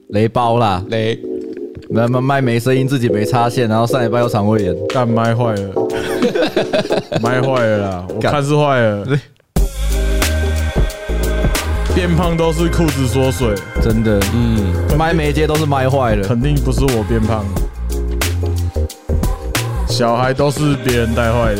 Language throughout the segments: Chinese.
雷包啦， 雷。 麦没声音，自己没插线，然后上礼拜又肠胃炎， 干麦坏了，麦坏了啦，我看是坏了。变胖都是裤子缩水， 真的，麦没接都是麦坏了， 肯定不是我变胖，小孩都是别人带坏的，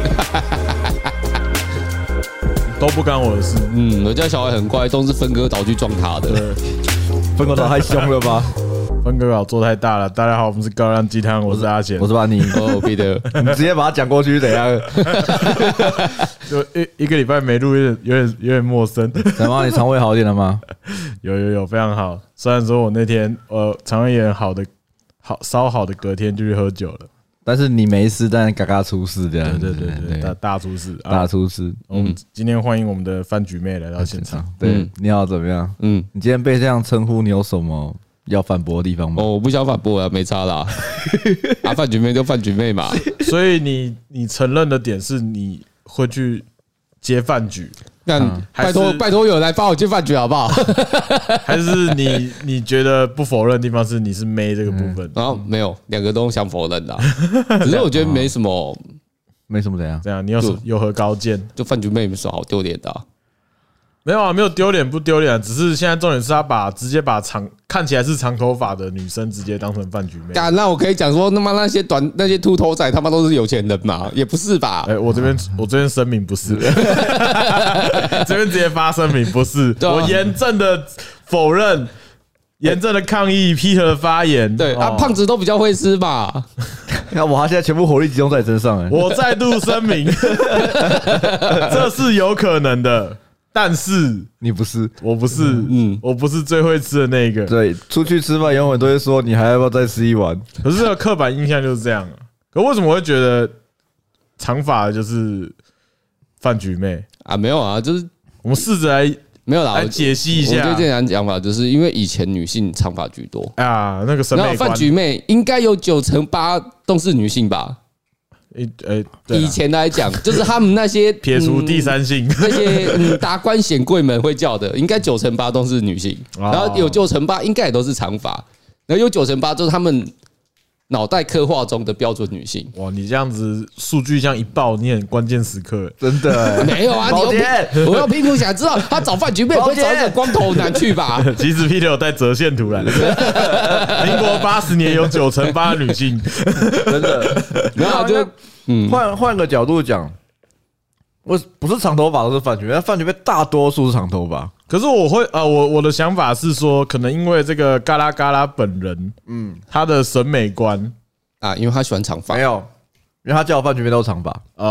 都不干我的事。 我家小孩很乖，都是分割岛去撞他的。 分割岛太凶了吧？ 分割岛做太大了。大家好，我们是高粱鸡汤，我是阿贤， 我是巴尼。 哦，彼得， 你直接把他讲过去怎样？ 就一个礼拜没录，有点陌生。 怎么？你肠胃好一点了吗？ 有，非常好。虽然说我那天肠胃炎稍好的隔天就去喝酒了， 但是你没事，但嘎嘎出事这样。 对，大出事， 大出事。 我们今天欢迎我们的饭局妹来到现场。 对，你好，怎么样？你今天被这样称呼，你有什么要反驳的地方吗？ 我不想反驳啊，没差啦。饭局妹就饭局妹嘛。 所以你承认的点是你会去接饭局？ 那拜托有人来帮我接饭局好不好？ 还是你觉得不否认的地方是你是妹这个部分？ 然后没有，两个都想否认的。只是我觉得没什么怎样？ 这样你有何高见？ 就饭局妹没什么好丢脸的。 没有啊，没有丢脸不丢脸，只是现在重点是他直接把看起来是长头发的女生直接当成饭局妹。 那我可以讲说，他妈那些秃头仔他妈都是有钱人嘛？也不是吧？ 我这边声明不是，这边直接发声明不是，我严正的否认，严正的抗议 Peter 的发言。 对啊，胖子都比较会吃嘛。 那他现在全部火力集中在你身上， 我再度声明，这是有可能的。但是你不是， 我不是，我不是最会吃的那个。 对，出去吃饭永远都会说你还要不要再吃一碗？ 可是这个刻板印象就是这样啊。可为什么会觉得长发就是饭局妹啊？没有啊，就是我们试着来没有啦， 来解析一下。 我对这样讲法，就是因为以前女性长发居多啊，那个审美观。 饭局妹应该有98%都是女性吧？以前来讲，就是他们那些撇除第三性， 那些达官显贵们会叫的，应该98%都是女性，然后有98%应该也都是长发，然后有98%就是他们脑袋刻画中的标准女性。 哇，你这样子数据这样一报，你很关键时刻， 真的没有啊？我要屁股想知道他找饭局妹不会找一个光头男去吧？ 其实 Peter 有带折线图来的，民国80年有98%女性， 真的。 然后就换个角度讲，不是长头发都是饭局妹，饭局妹大多数是长头发。 可是我的想法是说，可能因为这个嘎啦嘎啦本人，他的审美观啊，因为他喜欢长发， 没有，因为他叫我饭局妹都是长发。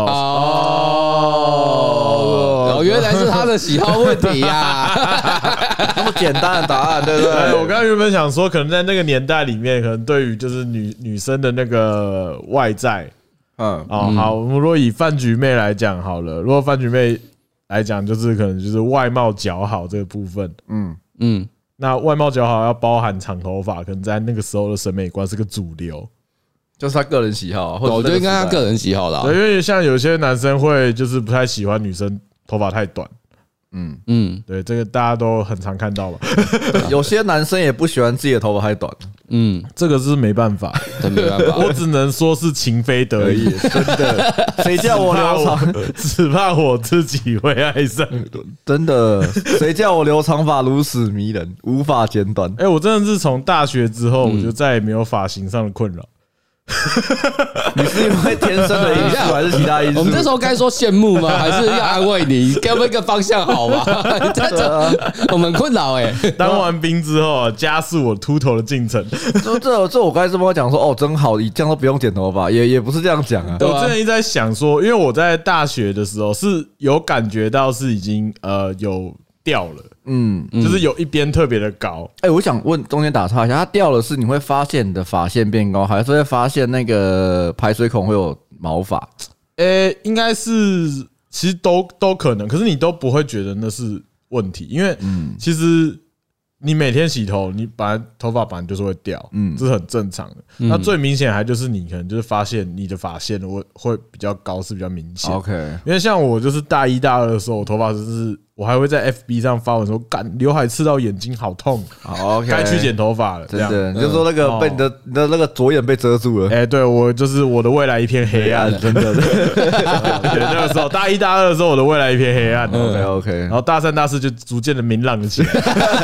原来是他的喜好问题呀， 那么简单的答案，对不对？ 我刚刚原本想说，可能在那个年代里面，可能对于就是女生的那个外在，好，我们如果以饭局妹来讲好了，如果饭局妹来讲，就是可能就是外貌姣好这个部分，那外貌姣好要包含长头发，可能在那个时候的审美观是个主流， 就是他个人喜好，或者我觉得应该他个人喜好啦。 对，因为像有些男生会就是不太喜欢女生头发太短，对，这个大家都很常看到吧。 有些男生也不喜欢自己的头发太短， 这个是没办法， 没办法， 我只能说是情非得已，真的， 谁叫我留长， 只怕我自己会爱上， 真的，谁叫我留长发如此迷人，无法剪短。 我真的是从大学之后，我就再也没有发型上的困扰。 你是因为天生的因素还是其他因素？ 我们这时候该说羡慕吗？还是要安慰你？给我们一个方向好吗？我们困扰当完兵之后，加速我秃头的进程。 这我刚才这么讲说，真好，你这样都不用剪头发，也不是这样讲啊。 我之前一直在想说，因为我在大学的时候是有感觉到是已经有掉了。就是有一边特别的高。 我想问，中间打岔一下，它掉了是你会发现你的发线变高，还是会发现那个排水孔会有毛发？ 应该是其实都可能，可是你都不会觉得那是问题，因为其实你每天洗头，你本来头发本来就是会掉，这是很正常的。那最明显还就是你可能就是发现你的发线会比较高，是比较明显。 OK， 因为像我就是大1、大2的时候，我头发是我还会在 FB 上发文说，干刘海刺到眼睛好痛， 好， 该去剪头发了。 真的，你就说那个被你的那个左眼被遮住了。 哎，对我就是我的未来一片黑暗，真的。对，那个时候大1、大2的时候，我的未来一片黑暗。 OK， 然后大3、大4就逐渐的明朗了起来。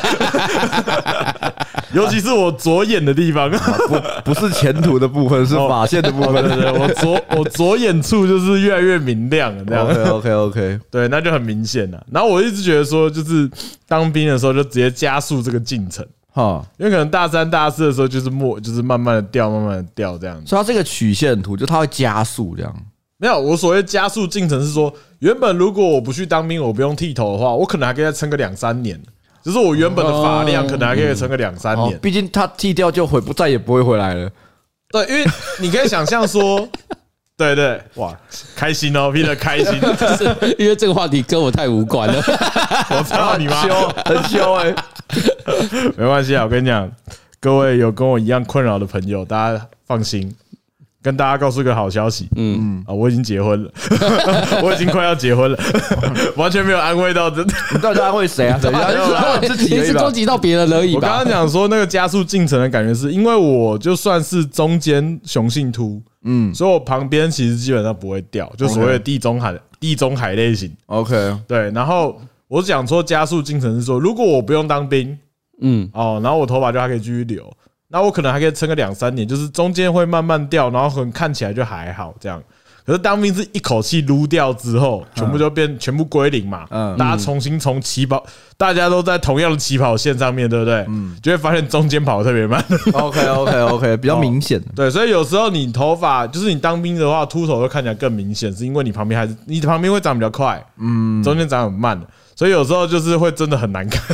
尤其是我左眼的地方， 不是前途的部分，是发线的部分。 对，我左眼处就是越来越明亮了，这样。 OK， 对，那就很明显了。然后我一直觉得说，就是当兵的时候就直接加速这个进程，因为可能大3、大4的时候就是慢慢的掉，慢慢的掉这样子。 所以它这个曲线图就它会加速这样。 没有，我所谓加速进程是说，原本如果我不去当兵，我不用剃头的话，我可能还可以再撑个2、3年。就是我原本的发量可能还可以撑个2、3年， 毕竟它剃掉就再也不会回来了。 对，因为你可以想象说，对，哇，开心哦，Peter 开心， 因为这个话题跟我太无关了。 我操你妈， 很羞哎， 没关系啊，我跟你讲，各位有跟我一样困扰的朋友，大家放心。跟大家告诉一个好消息，我已经结婚了，我已经快要结婚了，完全没有安慰到这。 你到底在安慰谁啊？ 你是攻击到别人而已吧？ 我刚刚讲说那个加速进程的感觉，是因为我就算是中间雄性秃，所以我旁边其实基本上不会掉，就所谓的地中海类型。 OK， 对。然后我讲说加速进程是说，如果我不用当兵，然后我头发就还可以继续留。那我可能还可以撑个2、3年，就是中间会慢慢掉，然后可能看起来就还好这样。可是当兵是一口气撸掉之后，全部归零嘛，大家重新从起跑，大家都在同样的起跑线上面，对不对？就会发现中间跑得特别慢。 OK， 比较明显。 对，所以有时候你头发就是你当兵的话，秃头会看起来更明显，是因为你旁边会长比较快，中间长很慢，所以有时候就是会真的很难看。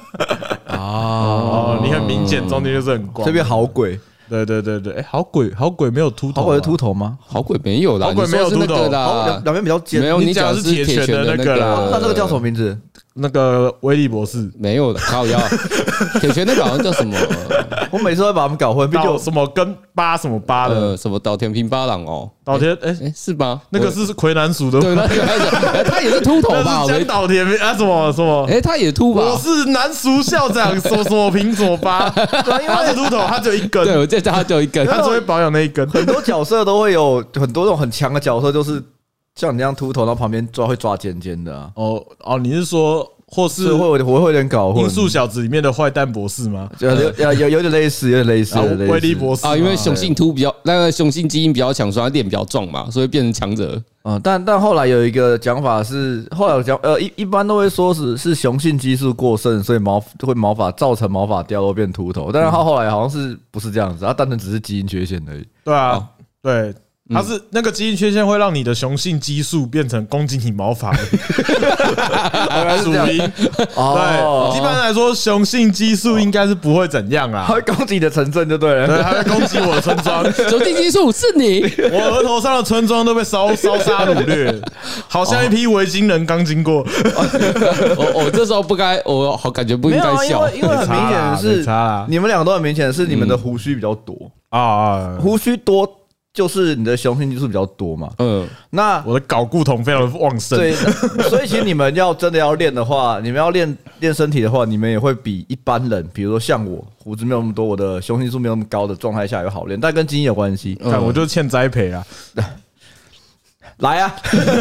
你很明显中间就是很光， 这边好鬼， 对，好鬼没有秃头， 好鬼是秃头吗？ 好鬼没有啦， 好鬼没有秃头两边比较尖， 没有，你讲的是铁拳的那个啦， 那这个叫什么名字？ 那个威利博士没有的，靠腰，铁拳那个好像叫什么？ 我每次都会把他们搞混， 岛什么跟八什么八的， 什么岛田平八郎哦， 岛田是吗？ 那个是魁南属的， 对，他也是秃头吧？ 江岛田啊什么？ 他也秃吧？ 我是南属校长，什么平什么八，因为他是秃头，他只有一根， 对，我记得他只有一根， 他只会保养那一根。 很多角色都会有很多那种很强的角色，就是像你这样秃头，然后旁边会抓尖尖的。 你是说？或是我会有点搞混， 音速小子里面的坏蛋博士吗？ 有点类似， 威利博士因为雄性秃比较那个雄性基因比较强，所以他脸比较壮嘛，所以变成强者。 但后来有一个讲法是，后来讲一般都会说是雄性激素过剩，所以毛发造成毛发掉落变秃头，但是他后来好像是不是这样子，他单纯只是基因缺陷而已。 对啊，对。它是那个基因缺陷会让你的雄性激素变成攻击你毛发的属因。对，一般来说雄性激素应该是不会怎样啊， 它会攻击你的城镇就对了， 对，它会攻击我的村庄。 雄性激素是你， 我额头上的村庄都被烧杀掳掠，好像一批维京人刚经过。 我这时候不该，我好感觉不应该笑， 因为很明显的是，你们两个都很明显的是你们的胡须比较多胡须多。就是你的雄性激素比较多嘛，那我的睾固酮非常的旺盛， 对，所以其实你们真的要练的话，你们要练身体的话，你们也会比一般人，比如说像我胡子没有那么多，我的雄性激素没有那么高的状态下也好练，但跟基因有关系。 看我就欠栽培啊。 来啊！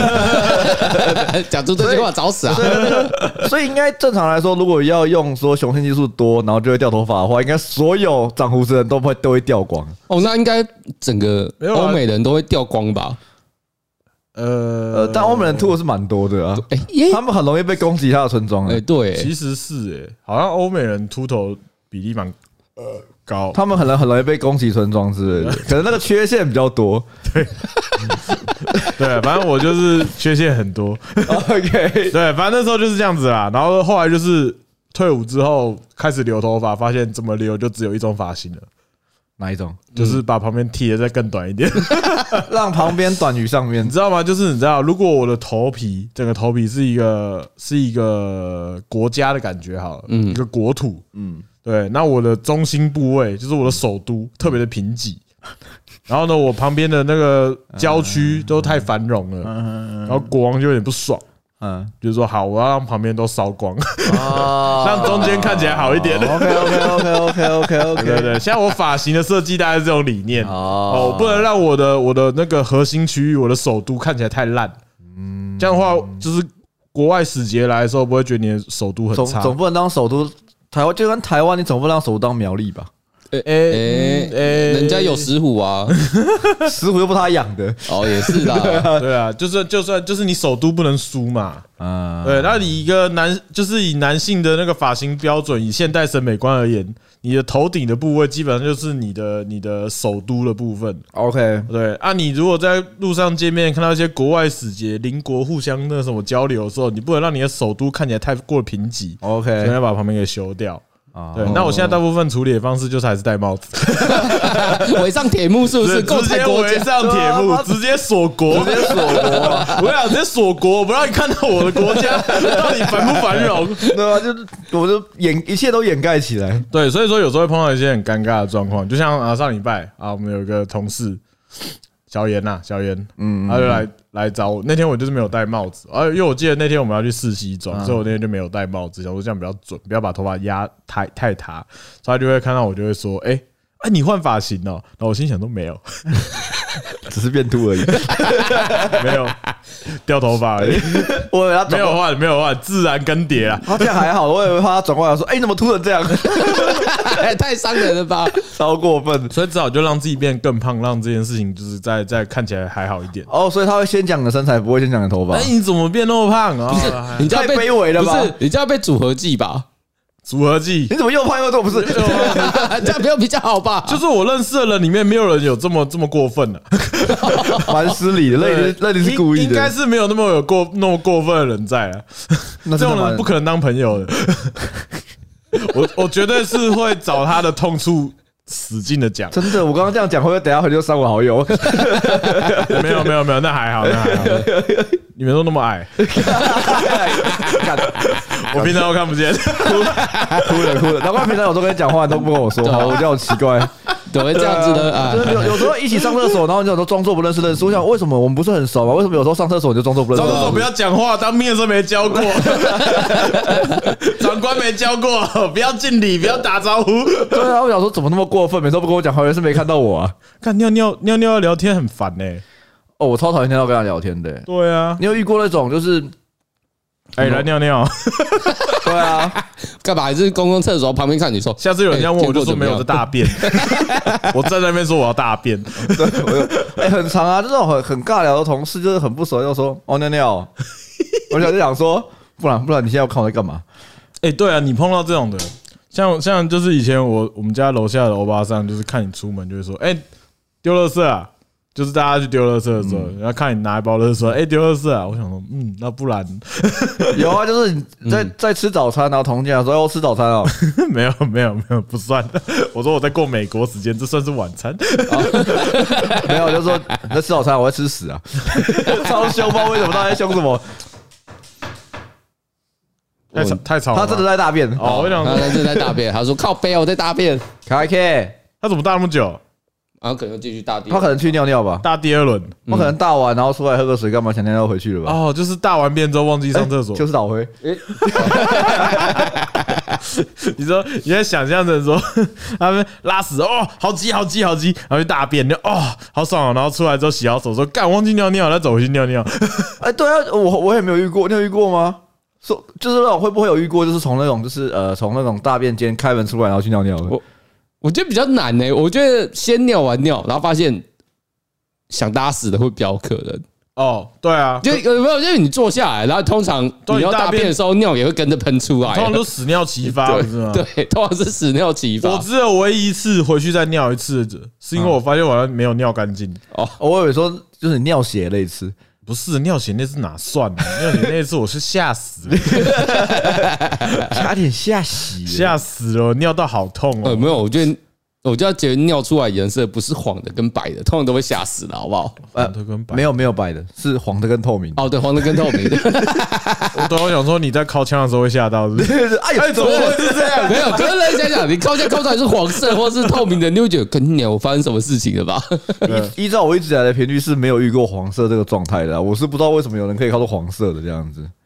讲出这句话找死啊！ 所以应该正常来说，如果要用说雄性激素多，然后就会掉头发的话，应该所有长胡子的人都会掉光。 那应该整个欧美人都会掉光吧？ 但欧美人秃的是蛮多的啊，他们很容易被攻击他的村庄。 对， 其实是好像欧美人秃头比例蛮高， 他们很容易被攻击村庄之类的，可能那个缺陷比较多。 对，反正我就是缺陷很多。 OK， 对，反正那时候就是这样子啦。然后后来就是退伍之后开始留头发，发现怎么留就只有一种发型了。 哪一种？ 就是把旁边剃的再更短一点， 让旁边短于上面， 你知道吗？就是你知道，如果我的整个头皮是一个国家的感觉好了，一个国土，对，那我的中心部位就是我的首都，特别的贫瘠。然后呢，我旁边的那个郊区都太繁荣了，然后国王就有点不爽。 就是说好，我要让旁边都烧光，让中间看起来好一点。 OK， 对，像我发型的设计大概是这种理念我不能让我的那个核心区域，我的首都看起来太烂。这样的话，就是国外使节来的时候，不会觉得你的首都很差。 总不能当首都台湾，就跟台湾，你总不能当首都当苗栗吧？ 人家有石虎啊， 石虎又不是他养的。 也是啦。 对啊，就算就是你首都不能输嘛。对，那你一个就是以男性的那个发型标准，以现代审美观而言，你的头顶的部位基本上就是你的首都的部分。 OK， 对啊，你如果在路上见面看到一些国外使节邻国互相那什么交流的时候，你不能让你的首都看起来太过贫瘠。 OK， 所以要把旁边给修掉。对，那我现在大部分处理的方式就是还是戴帽子， 围上铁幕是不是？ 直接围上铁幕，直接锁国， 直接锁国。 我想直接锁国，我不让你看到我的国家到底繁不繁荣。 对啊，就是我就一切都掩盖起来。 对，所以说有时候会碰到一些很尴尬的状况，就像上礼拜我们有一个同事。小严，他就来找我。那天我就是没有戴帽子，因为我记得那天我们要去试西装，所以我那天就没有戴帽子，想说这样比较准，不要把头发压太塌。所以他就会看到我，就会说：“你换发型哦。”然后我心想都没有， 只是变秃而已， 没有掉头发而已。没有换，自然更迭啦。 他这样还好，我以为他转过来说：“你怎么秃成这样？” 太伤人了吧， 超过分。 所以只好就让自己变更胖，让这件事情就是再看起来还好一点。 所以他会先讲你的身材，不会先讲你的头发。 你怎么变那么胖啊？ 不是，你这样太卑微了吧？ 不是，你这样被组合技吧？ 组合技， 你怎么又胖又瘦？不是， 这样没有比较好吧？ 就是我认识的人里面，没有人有这么过分的， 蛮失礼的。那你是故意的， 应该是没有那么过分的人在啊。这种人不可能当朋友的。我绝对是会找他的痛处使劲的讲。真的，我刚刚这样讲，会不会等下回去就删我好友？ 没有，那还好。你们都那么矮，我平常都看不见， 哭了。难怪平常有时候跟你讲话都不跟我说话，我觉得好奇怪。 怎么会这样子呢？ 就是有时候一起上厕所，然后你有时候装作不认识。我想为什么我们不是很熟吗？为什么有时候上厕所你就装作不认识？ 上厕所不要讲话，当面的时候没教过，长官没教过，不要敬礼，不要打招呼。 对啊，我想说怎么那么过分，每次都不跟我讲话，原来是没看到我啊。 看尿聊天很烦欸。 我超讨厌听到跟他聊天的。 对啊， 你有遇过那种就是来尿尿？ 对啊， 干嘛？还是公共厕所旁边看你说， 下次有人这样问我就说没有，在大便。我站在那边说我要大便。 对，很长啊，这种很尬聊的同事，就是很不熟，就说尿尿。我就想说，不然你现在要看我在干嘛？ 对啊，你碰到这种的，像就是以前我们家楼下的欧巴桑，就是看你出门就会说，丢垃圾啊。就是大家去丢垃圾的时候，然后看你拿一包垃圾，丢垃圾啊！我想说，那不然有啊，就是你在吃早餐，然后同家说要吃早餐哦， 没有，不算。我说我在过美国时间，这算是晚餐。 没有，就是说你在吃早餐，我在吃屎啊！超凶，不知道为什么他在凶什么。 太吵了， 他真的在大便我想他真的在大便。他说靠背，我在大便。 开 K， 他怎么大那么久？ 然后可能继续大第， 他可能去尿尿吧， 大第二轮， 他可能大完然后出来喝个水，干嘛想尿尿回去了吧？ 就是大完便之后忘记上厕所， 就是倒回。 你说你在想象着说他们拉屎好急，然后去大便好爽然后出来之后洗好手说干忘记尿尿，再走回去尿尿。 对啊，我也没有遇过，你有遇过吗？就是那种会不会有遇过，就是从那种大便间开门出来然后去尿尿的？ 我觉得比较难欸，我觉得先尿完尿，然后发现想拉屎的会比较可能。 对啊， 就有没有？就是你坐下来，然后通常你要大便的时候，尿也会跟着喷出来， 通常都屎尿齐发，不是吗？ 对，通常是屎尿齐发。 我只有唯一一次回去再尿一次，是因为我发现我好像没有尿干净。 我以为说就是你尿血那一次。 不是尿血那次哪算呢？尿血那一次我是吓死了， 差点吓死了，尿到好痛哦。 没有，我就要觉得尿出来颜色不是黄的跟白的，通常都会吓死了，好不好？ 黄的跟白没有白的，是黄的跟透明。 对，黄的跟透明的。 我想说你在靠枪的时候会吓到，是不是？怎么会是这样？ 没有，可是想想，你靠枪靠出来是黄色或是透明的，你会觉得跟鸟发生什么事情了吧？ 依照我一直以来的频率是没有遇过黄色这个状态的，我是不知道为什么有人可以靠出黄色的这样子。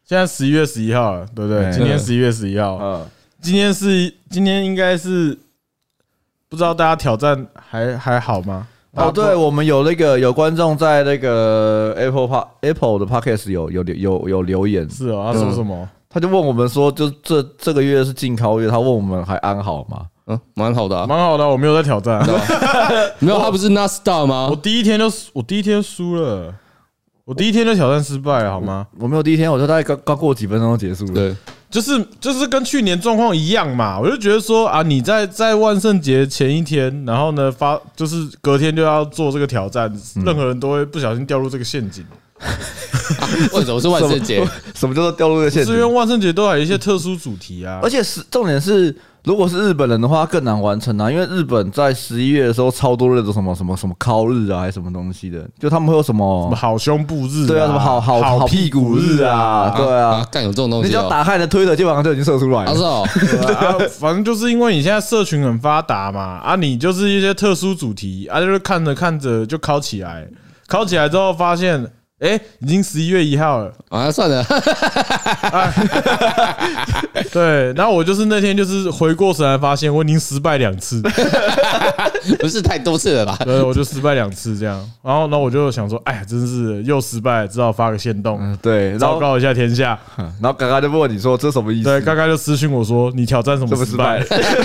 现在11月11号了，对不对？今天11月11号，今天应该是不知道大家挑战还好吗？ 哦，对，我们有观众在那个 Apple 的 Podcast 有留言， 是哦，他说什么？ 他就问我们说，就这个月是禁考月，他问我们还安好吗？ 蛮好的， 蛮好的，我没有在挑战， 没有，他不是 Nasdaq 吗？ 我第一天就输了，我第一天就挑战失败了，好吗？ 我没有第一天，我就大概刚过几分钟就结束了。 对。 就是跟去年状况一样嘛，我就觉得说啊，你在万圣节前一天，然后呢就是隔天就要做这个挑战，任何人都会不小心掉入这个陷阱。 为什么是万圣节？ 什么叫做掉入这个陷阱？ 是因为万圣节都有一些特殊主题啊， 而且重点是，如果是日本人的话更难完成啊，因为日本在11月的时候超多那种什么考日啊，还是什么东西的，就他们会有什么好胸部日， 对啊，什么好屁股日啊，对啊， 干有这种东西， 你只要打开你的推特，基本上就已经射出来了。 是哦， 反正就是因为你现在社群很发达嘛，啊，你就是一些特殊主题啊，就是看着看着就考起来，考起来之后发现。已经11月1号了啊！算了， 对，然后我就是那天就是回过神来发现我已经失败2次， 不是太多次了吧？ 对，我就失败2次这样，然后我就想说，哎呀，真是又失败了，只好发个限动， 对， 昭告一下天下。 然后嘎嘎就问你说这什么意思？ 对，嘎嘎就私讯我说你挑战什么失败？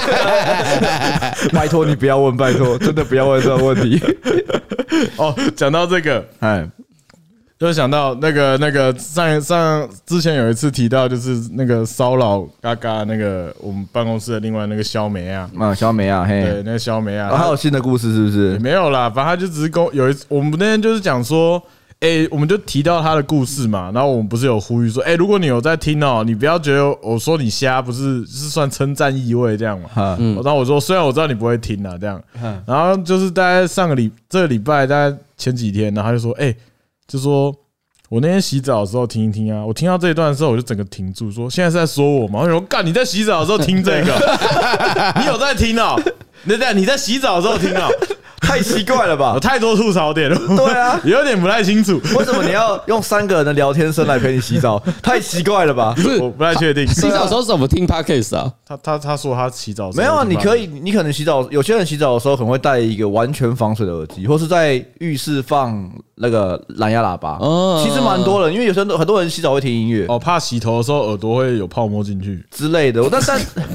拜托你不要问，拜托，真的不要问这个问题。 哦，讲到这个，就想到那个之前有一次提到，就是那个骚扰嘎嘎那个我们办公室的另外那个肖梅啊， 肖梅啊，嘿， 对，那个肖梅啊， 还有新的故事是不是？ 没有啦，反正他就只是我们那天就是讲说，我们就提到他的故事嘛，然后我们不是有呼吁说，如果你有在听哦，你不要觉得我说你瞎，不是算称赞意味这样嘛。然后我说，虽然我知道你不会听啊，这样，然后就是大概这个礼拜大概前几天，然后他就说，就说我那天洗澡的时候听一听啊，我听到这一段的时候，我就整个停住，说现在是在说我吗？我说干，你在洗澡的时候听这个，你有在听哦？你在洗澡的时候听哦？ 太奇怪了吧？ 有太多吐槽点了。 对啊， 有点不太清楚， 为什么你要用3个人的聊天声来陪你洗澡？太奇怪了吧？ 我不太确定。 洗澡的时候怎么听 podcast 啊？ 他说他洗澡没有啊，你可能洗澡，有些人洗澡的时候可能会戴一个完全防水的耳机，或是在浴室放那个蓝牙喇叭。其实蛮多人，因为有些很多人洗澡会听音乐， 怕洗头的时候耳朵会有泡沫进去之类的。但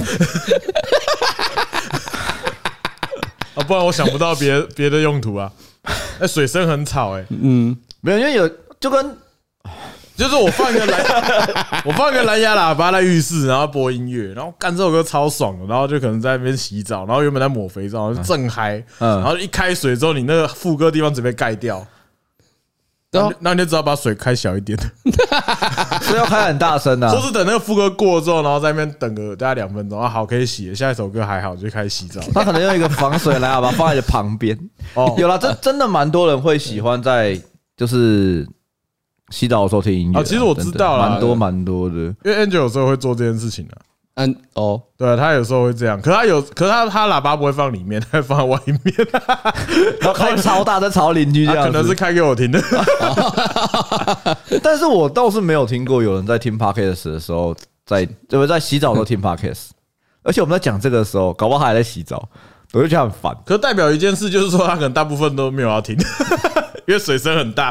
不然我想不到别的用途啊。水声很吵没有，因为就是我放一个蓝牙喇叭在浴室，然后播音乐，然后干这首歌超爽的，然后就可能在那边洗澡，然后原本在抹肥皂，就正嗨，然后一开水之后，你那个副歌地方直接被盖掉。那你就只好把水开小一点， 所以要开很大声啊， 或是等那个副歌过之后，然后在那边等个大概2分钟啊，好可以洗了，下一首歌还好就开始洗澡。 他可能用一个防水蓝牙把它放在旁边。有啦，真的蛮多人会喜欢在就是洗澡的时候听音乐。 其实我知道啦， 蛮多的，因为 Angel 有时候会做这件事情的。对，他有时候会这样，可他喇叭不会放里面，他会放在外面， 然后开超大在吵邻居这样子， 可能是开给我听的。 但是我倒是没有听过有人在听 podcast 的时候，在洗澡的时候听 podcast，而且我们在讲这个的时候，搞不好他还在洗澡，我就觉得很烦。 可是代表一件事，就是说他可能大部分都没有要听。因为水声很大，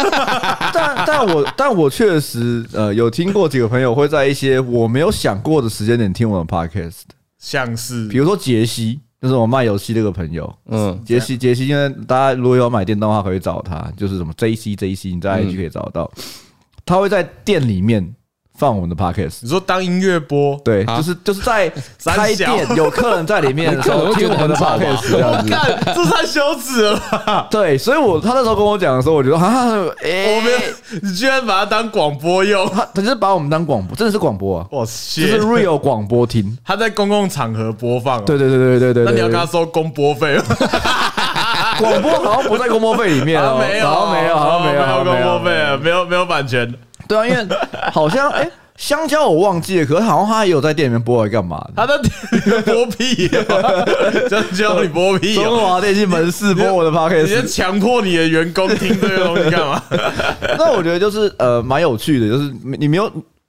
但我确实有听过几个朋友会在一些我没有想过的时间点听我的 podcast， 像是比如说杰西，就是我卖游戏这个朋友，杰西，因为大家如果有买电动的话可以找他，就是什么 JC， 你在 IG 可以找到，他会在店里面放我们的 podcast。 你说当音乐播？ 对，就是在开店有客人在里面的时候听我们的 podcast 这样子。 这太羞耻了吧？ 对，所以他那时候跟我讲的时候，我觉得你居然把它当广播用？ 他就是把我们当广播，真的是广播啊！ 哇塞，就是 real 广播听。 他在公共场合播放。 对。 那你要跟他收公播费吗？ 广播好像不在公播费里面哦，好像没有公播费啊，没有版权。 对啊，因为好像香蕉我忘记了，可是好像他也有在店里面播来干嘛的？ 他在店里面播屁，香蕉你播屁！ 中华电信门市播我的 podcast， 你先强迫你的员工听这个东西干嘛？ 那我觉得就是蛮有趣的，就是你没有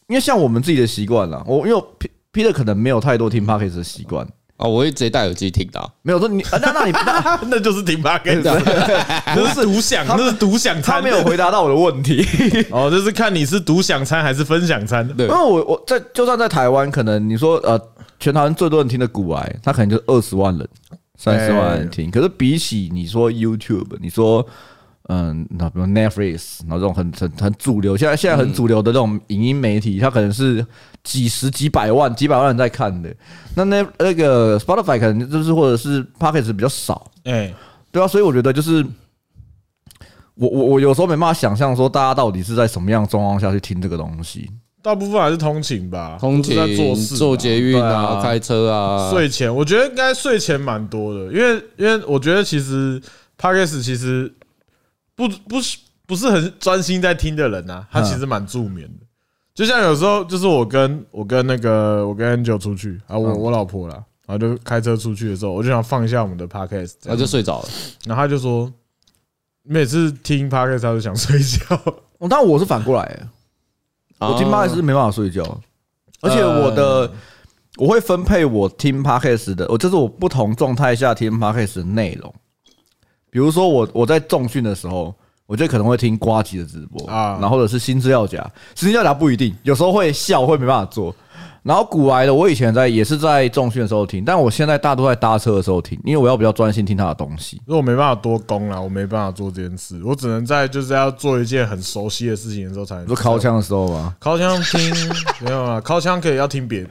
因为像我们自己的习惯啦，因为Peter 可能没有太多听 Podcast 的习惯。 我会直接戴耳机听的。 没有说你，那你那就是听 Podcast， 那是独享，那是独享餐。 他没有回答到我的问题。 就是看你是独享餐还是分享餐。 对，因为我就算在台湾，可能你说全台湾最多人听的股癌，他可能就20万人、30万人听。可是比起你说 YouTube， 你说那比如 Netflix， 然后这种很主流，现在很主流的这种影音媒体，它可能是几百万人在看的。那个 Spotify 可能就是或者是 Podcast 比较少。对啊，所以我觉得就是我有时候没办法想象说大家到底是在什么样的状况下去听这个东西。 大部分还是通勤吧， 通勤、做捷运啊、开车啊、 睡前，我觉得应该睡前蛮多的，因为我觉得其实 Podcast 其实不是很专心在听的人啊，他其实蛮助眠的。就像有时候就是我跟 Angel 出去啊，我老婆啦，然后就开车出去的时候，我就想放一下我们的 Podcast， 然后就睡着了。 然后他就说，每次听 Podcast 他就想睡觉。 但我是反过来，我听 Podcast 是没办法睡觉，而且我会分配我听 Podcast 的，就是我不同状态下听 Podcast 的内容。比如说我在重训的时候，我就可能会听呱吉的直播然后或者是新资料夹，新资料夹不一定，有时候会笑，会没办法做。然后股癌的，我以前也是在重训的时候听，但我现在大多在搭车的时候听，因为我要比较专心听他的东西。 因为我没办法多攻啦，我没办法做这件事，我只能在就是要做一件很熟悉的事情的时候才能。 说靠枪的时候吗？ 靠枪听没有啊，靠枪可以要听别的。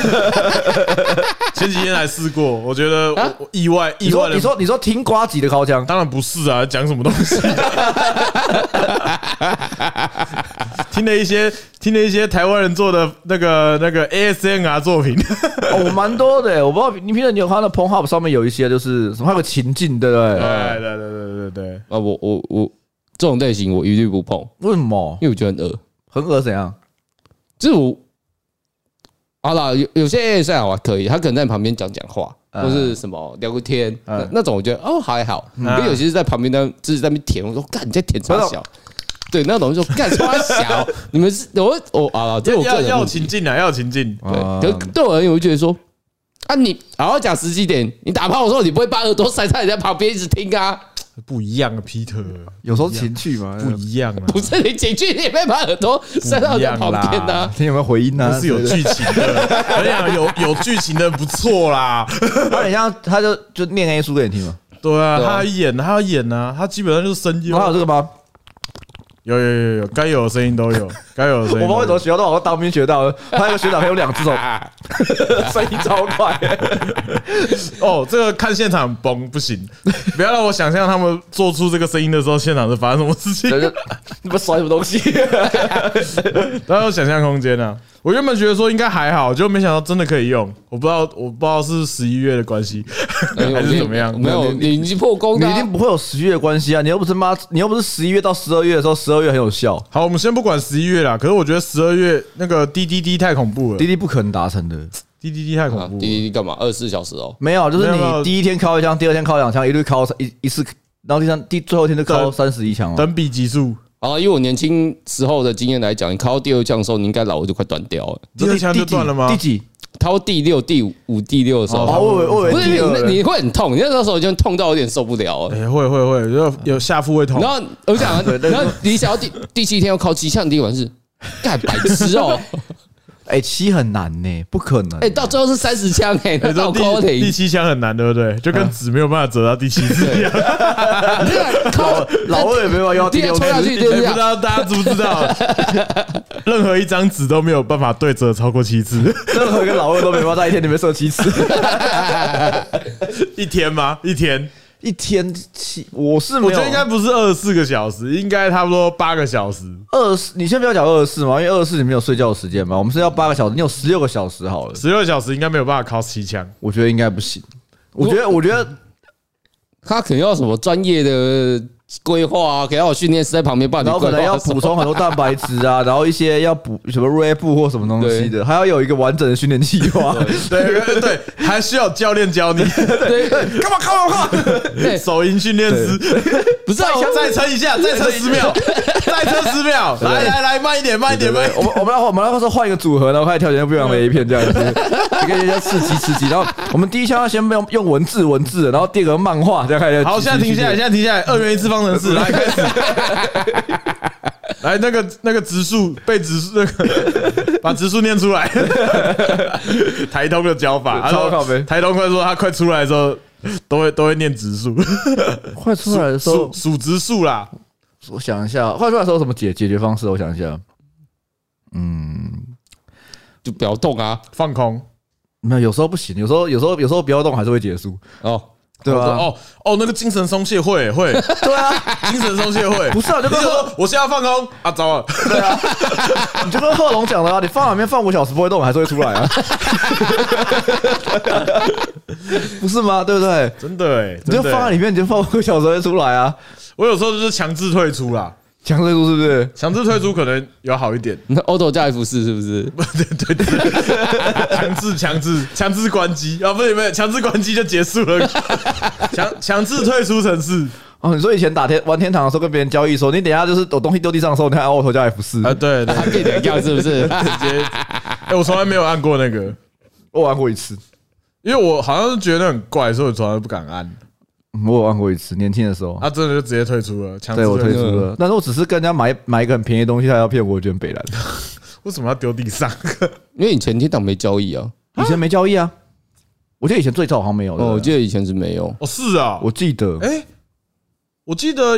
前几天还试过，我觉得我意外。 你说听呱吉的靠枪？ 当然不是啊，讲什么东西？听了一些台湾人做的那个 ASMR 作品， 我蛮多的，我不知道你平常你有看到 Pornhub 上面有一些就是什么，还有个情境，对不对？ 对。 我这种类型我一律不碰。 为什么？ 因为我觉得很恶， 很恶怎样？ 就是好啦，有些 ASMR 还可以，他可能在旁边讲话，或是什么聊个天，那种我觉得还好。因为有些是在旁边自己在那边舔，我说干你在舔啥小？对，那种就干超小，你们是这我个人要情境啊，要情境。 对，对我而言，我就觉得说你好好讲实际点，你打炮的时候你不会把耳朵塞在人家旁边一直听啊。 不一样啊 ，Peter， 有时候情趣嘛， 不一样啊。 不是你情趣，你也会把耳朵塞到人家旁边啊。 听有没有回音啊？ 是有剧情的，我讲有剧情的不错啦。 他很像，他就念 A 书给你听嘛。 对啊，他要演啊，他基本上就是声优。 还有这个吗？ 有，该有的声音都有，该有的声音。我们为什么学校都好像当兵学到了？他有个学长还有2只手，声音超快。 这个看现场崩不行，不要让我想象他们做出这个声音的时候，现场是发生什么事情。 你们甩什么东西？ 都有想象空间啊！我原本觉得说应该还好，结果没想到真的可以用。我不知道是11月的关系还是怎么样。 没有，你已经破功了。 你一定不会有11月的关系啊！你又不是11月到12月的时候，12月很有效。 好，我们先不管11月啦。可是我觉得12月那个 DDD 太恐怖了 ，DDD 不可能达成的。 DDD 太恐怖了。 DDD 干嘛？24小时哦？ 没有，就是你第一天敲1枪，第二天敲2枪，一律敲一次，然后最后一天就敲31枪。 等比级数。 以我年轻时候的经验来讲，你敲到第2枪的时候，你应该脑就快断掉了。 第2枪就断了吗？ 第几？ 敲第6、第5、第6的时候， 我以为你会很痛，你那时候已经痛到有点受不了了。 会，有下腹会痛。 然后我讲，然后你想要第7天要敲7枪，第一晚是干白痴哦。 7很难呢，不可能。 到最后是30枪那到扣停。 第7枪很难，对不对？就跟纸没有办法折到第7次一样。 老二也没有要第6次， 不知道大家知不知道？任何一张纸都没有办法对折超过7次， 任何一个老二都没办法在一天里面射7次。 一天吗？ 一天我是没有， 我觉得应该不是24个小时，应该差不多8个小时。 你先不要讲24嘛，因为24你没有睡觉的时间嘛。我们是要8个小时，你有16个小时好了。 16个小时应该没有办法敲7枪， 我觉得应该不行。我觉得他可能要什么专业的规划啊，给他有训练师在旁边帮你规划， 然后可能要补充很多蛋白质啊，然后一些要补什么 Red Bull 或什么东西的，还要有一个完整的训练计划。 对，还需要教练教你。 对， 干嘛？对，手淫训练师， 不是再撑一下，再撑10秒，再撑10秒，来，慢一点。 我们那时候换一个组合，然后开始跳起来不一样的 A 片这样子，这个叫刺激。然后我们第一枪要先用文字，然后第二个漫画，这样开始。 好，现在停下来，2元一次方程式，来开始。来，那个植树背植树，那个把植树念出来。台通的教法，台通快说他快出来的时候都会念植树。 快出来的时候数植树啦。 我想一下，快出来的时候有什么解决方式？我想一下， 就不要动啊， 放空。 没有，有时候不行，有时候不要动还是会结束。对吧？ 那个精神松懈会， 对啊， 精神松懈会， 不是啊，就跟我现在要放空啊，糟了， 对啊，你就跟贺龙讲的啊，你放里面放5小时不会动，还是会出来啊，不是吗？对不对？ 真的你就放在里面，你就放5个小时会出来啊。 我有时候就是强制退出啦。 强制退出是不是？ 强制退出可能有好一点。 那 Auto 加 F4是不是？ 对，强制关机啊，不是，强制关机就结束了。强制退出程式。 你说以前玩天堂的时候跟别人交易说，你等一下就是有东西丢地上的时候，你按 Auto 加 F4 啊，对， 变2样是不是？ 直接，我从来没有按过那个， 我玩过一次， 因为我好像是觉得很怪，所以我从来不敢按。 我有玩过一次，年轻的时候， 真的就直接退出了， 对我退出了。但是我只是跟人家买一个很便宜的东西，他要骗我，觉得很北蓝。 为什么要丢地上？ 因为以前天堂没交易啊， 以前没交易啊。我记得以前最早好像没有。 我记得以前是没有。 是啊， 我记得， 我记得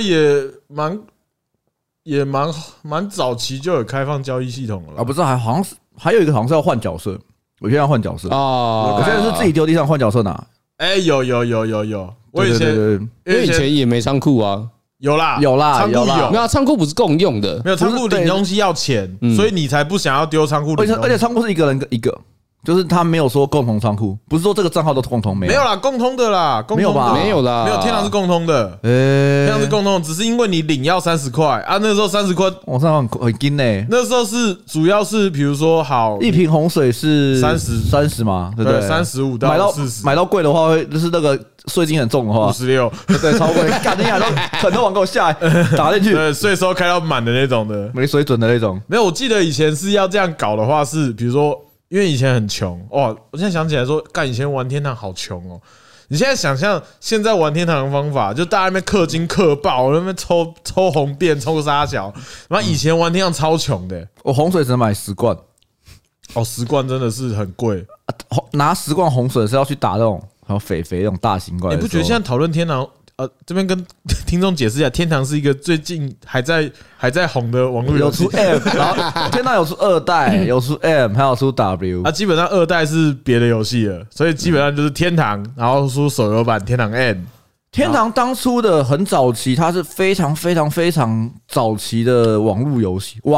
也蛮早期就有开放交易系统了啊，不是，好像是还有一个好像是要换角色，我现在要换角色啊，我现在是自己丢地上换角色拿。 有。我以前因为以前也没仓库啊， 有啦， 仓库有， 没有仓库不是共用的， 没有仓库领东西要钱，所以你才不想要丢仓库领东西。 而且仓库是一个人一个，就是他没有说共同仓库，不是说这个账号都共同没有啦，共通的啦， 没有吧？ 没有啦， 没有，天堂是共通的，天堂是共通，只是因为你领要30块啊，那时候30块， 我上很金呢。 那时候是主要是比如说好一瓶洪水是 30 嘛，对不对 ？35到40， 买到贵的话会就是那个税金很重的话 56， 对，超贵，干你俩都很多网购下来打进去， 对，税收开到满的那种的， 没水准的那种。 没有，我记得以前是要这样搞的话是，比如说。因为以前很穷哦，我现在想起来说，干以前玩天堂好穷哦。你现在想象现在玩天堂的方法，就大家那边氪金氪爆，那边抽红变抽沙小，然后以前玩天堂超穷的， 我洪水只能买10罐， 哦，10罐真的是很贵， 拿10罐洪水是要去打那种还有肥那种大型怪。 你不觉得现在讨论天堂？这边跟听众解释一下，天堂是一个最近还在红的网络游戏， 有出 M， 然后天堂有出2代，有出 M， 还有出 W。 基本上2代是别的游戏了，所以基本上就是天堂，然后出手游版天堂 M。 天堂当初的很早期，它是非常早期的网络游戏，对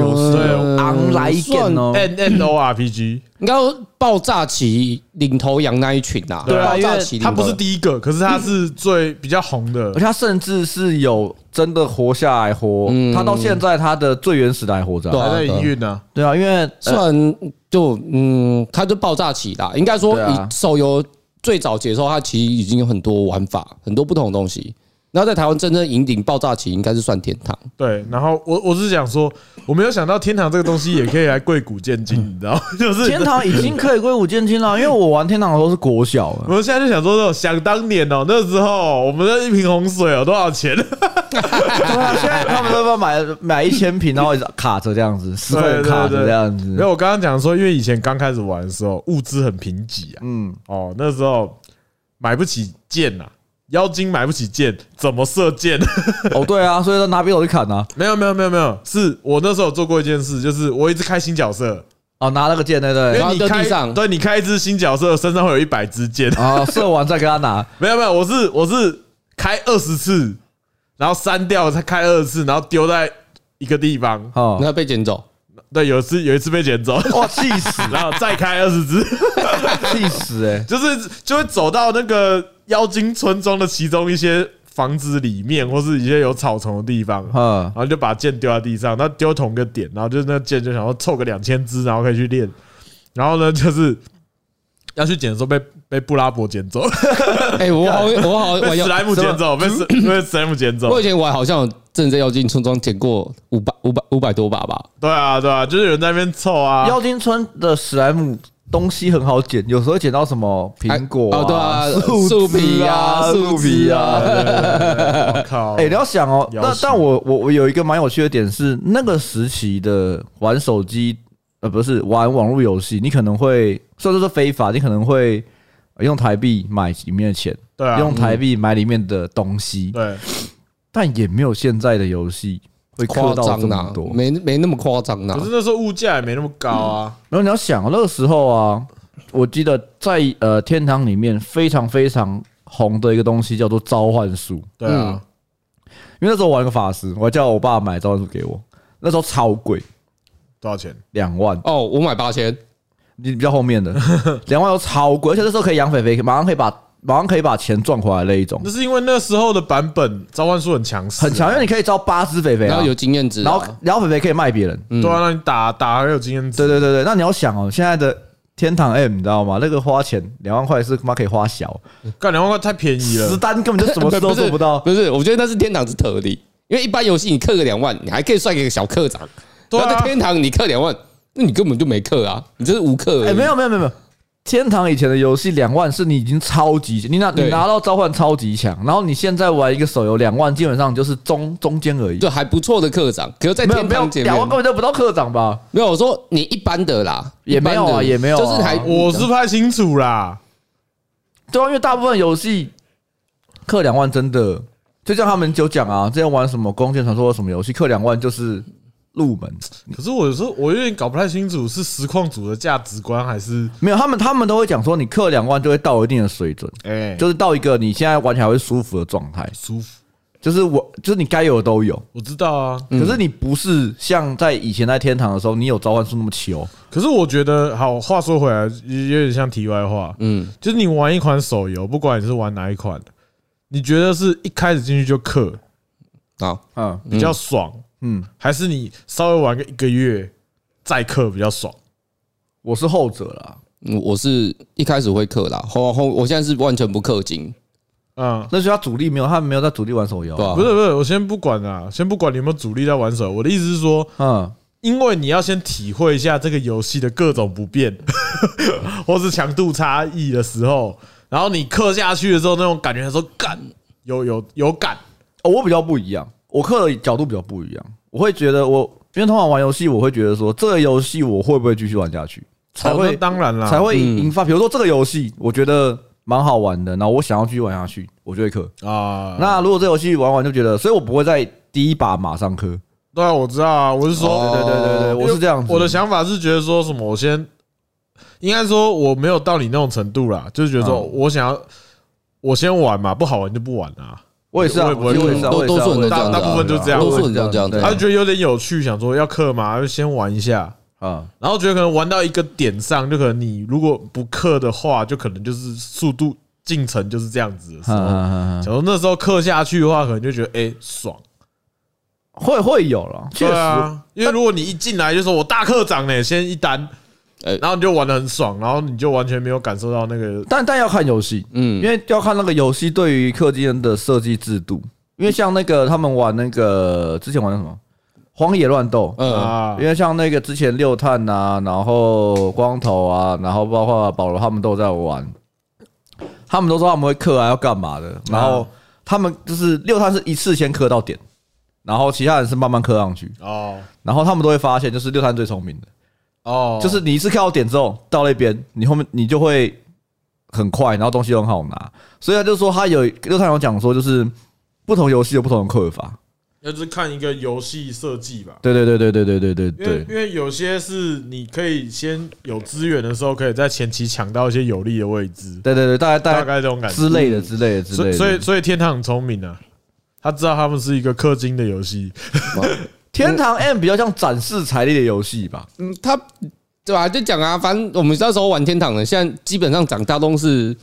，online game 哦 ，NORPG， 应该爆炸期领头羊那一群啊， 对啊， 爆炸期它不是第一个，可是它是比较红的， 而且它甚至是有真的活下来它到现在它的最原始的还活着， 还在营运呢， 对啊，因为算就它就爆炸期啦，应该说以手游。最早解说它其实已经有很多玩法，很多不同的东西。然后在台湾真正引领爆炸期应该是算天堂。 对，然后我是想说，我没有想到天堂这个东西也可以来贵古见今，你知道吗？就是天堂已经可以贵古见今了，因为我玩天堂的时候是国小了。 我现在就想说，想当年哦，那时候我们的一瓶洪水有多少钱？ 对啊，现在他们都要买1000瓶，然后卡着这样子，10块卡着这样子。 因为我刚刚讲说，因为以前刚开始玩的时候，物资很贫瘠啊，那时候买不起剑呐。妖精买不起剑，怎么射箭？ 哦，对啊，所以他拿匕首去砍啊。 没有，是我那时候有做过一件事，就是我一直开新角色， 拿那个剑，对对， 因为你开一支新角色，身上会有100支箭啊，射完再给他拿。 没有，我是开20次，然后删掉再开20次，然后丢在一个地方， 然后被捡走。 对，有一次被捡走， 哇，气死！ 然后再开20支， 气死！ 就会走到那个妖精村庄的其中一些房子里面或是一些有草丛的地方，然后就把剑丢在地上，那丢同个点，然后就那剑就想要凑个2000只，然后可以去练。然后呢，就是要去捡的时候被布拉伯捡走。 我好被史莱姆捡走，被史莱姆捡走。 我以前玩好像真的在妖精村庄捡过500多把吧。 对啊，就是有人在那边凑啊。 妖精村的史莱姆东西很好捡，有时候捡到什么苹果对啊，树皮啊， 树皮啊。 我靠！ 你要想哦，但我有一个蛮有趣的点是，那个时期的玩手机，不是玩网络游戏，你可能会虽然说非法，你可能会用台币买里面的钱， 对啊， 用台币买里面的东西， 对， 但也没有现在的游戏会氪到这么多， 没那么夸张呐。 可是那时候物价也没那么高啊。 然后你要想那个时候啊，我记得在天堂里面非常非常红的一个东西叫做召唤术， 对啊， 因为那时候我玩个法师，我还叫我爸买召唤术给我，那时候超贵。 多少钱 ？2万哦，我买8000， 你比较后面的2万都超贵，而且那时候可以养肥肥，马上可以把钱赚回来那一种。 那是因为那时候的版本召唤术很强势， 很强，因为你可以招8只肥肥， 然后有经验值， 然后肥肥可以卖别人， 对啊，那你打还有经验值。 对，那你要想哦，现在的天堂 M 你知道吗？那个花钱2万块是他妈可以花小， 干2万块太便宜了， 10单根本就什么事都做不到。 不是，我觉得那是天堂之特例，因为一般游戏你氪个2万，你还可以算给个小课长， 对啊， 在天堂你氪2万。那你根本就没氪啊，你这是无氪。 没有，天堂以前的游戏2万是你已经超级，你拿到召唤超级强，然后你现在玩一个手游2万，基本上就是中间而已， 对，还不错的课长。可是，在天堂前面 2万根本就不到课长吧？ 没有，我说你一般的啦， 也没有啊，也没有， 就是我是不太清楚啦。 对啊，因为大部分游戏氪2万真的，就像他们就讲啊，之前玩什么《光剑传说》什么游戏氪2万就是入门。 可是我有时候我有点搞不太清楚，是实况组的价值观还是没有？他们都会讲说，你氪2万就会到一定的水准，就是到一个你现在玩起来会舒服的状态， 舒服。 就是你该有的都有， 我知道啊。 可是你不是像在以前在天堂的时候，你有召唤术那么求。 可是我觉得，好，话说回来，有点像题外话，就是你玩一款手游，不管你是玩哪一款，你觉得是一开始进去就氪啊，比较爽。还是你稍微玩个1个月再氪比较爽？ 我是后者啦， 我是一开始会氪啦，我现在是完全不氪金。 那是他主力没有，他没有在主力玩手游。 不是，我先不管啊，先不管你有没有主力在玩手游。我的意思是说，因为你要先体会一下这个游戏的各种不便，或是强度差异的时候，然后你氪下去的时候，那种感觉的时候，干有感。 我比较不一样。我氪的角度比较不一样，我会觉得因为通常玩游戏，我会觉得说这个游戏我会不会继续玩下去，才会当然啦， 才会引发。比如说这个游戏我觉得蛮好玩的，然后我想要继续玩下去，我就会氪啊。那如果这游戏玩完就觉得，所以我不会在第一把马上氪。 对啊，我知道啊，我是说， 对，我是这样子。 我的想法是觉得说什么，应该说我没有到你那种程度啦，就是觉得说我先玩嘛，不好玩就不玩啊。 我也是啊， 多数人都这样， 大部分就这样， 多数人都这样子。 他就觉得有点有趣，想说要氪嘛，就先玩一下啊，然后觉得可能玩到一个点上，就可能你如果不氪的话，就可能就是速度进程就是这样子的时候，想说那时候氪下去的话，可能就觉得爽， 会有了，确实， 因为如果你一进来就说我大课长呢，先一单。然后你就玩得很爽，然后你就完全没有感受到那个， 但要看游戏，因为要看那个游戏对于氪金人的设计制度，因为像那个他们玩那个之前玩的什么荒野乱斗因为像那个之前六探啊，然后光头啊，然后包括保罗他们都在玩，他们都说他们会氪啊要干嘛的，然后他们就是六探是一次先氪到点，然后其他人是慢慢氪上去然后他们都会发现就是六探最聪明的。就是你一次看到点之后，到那边你后面你就会很快，然后东西又很好拿，所以他就说他六探有讲说，就是不同游戏有不同的氪法， 要是看一个游戏设计吧。 对， 因为有些是你可以先有资源的时候，可以在前期抢到一些有利的位置。 对，大概这种感觉之类的。 所以天堂很聪明啊，他知道他们是一个氪金的游戏。 天堂 M 比较像展示财力的游戏吧， 他对吧？就讲啊，反正我们那时候玩天堂的，现在基本上长大都是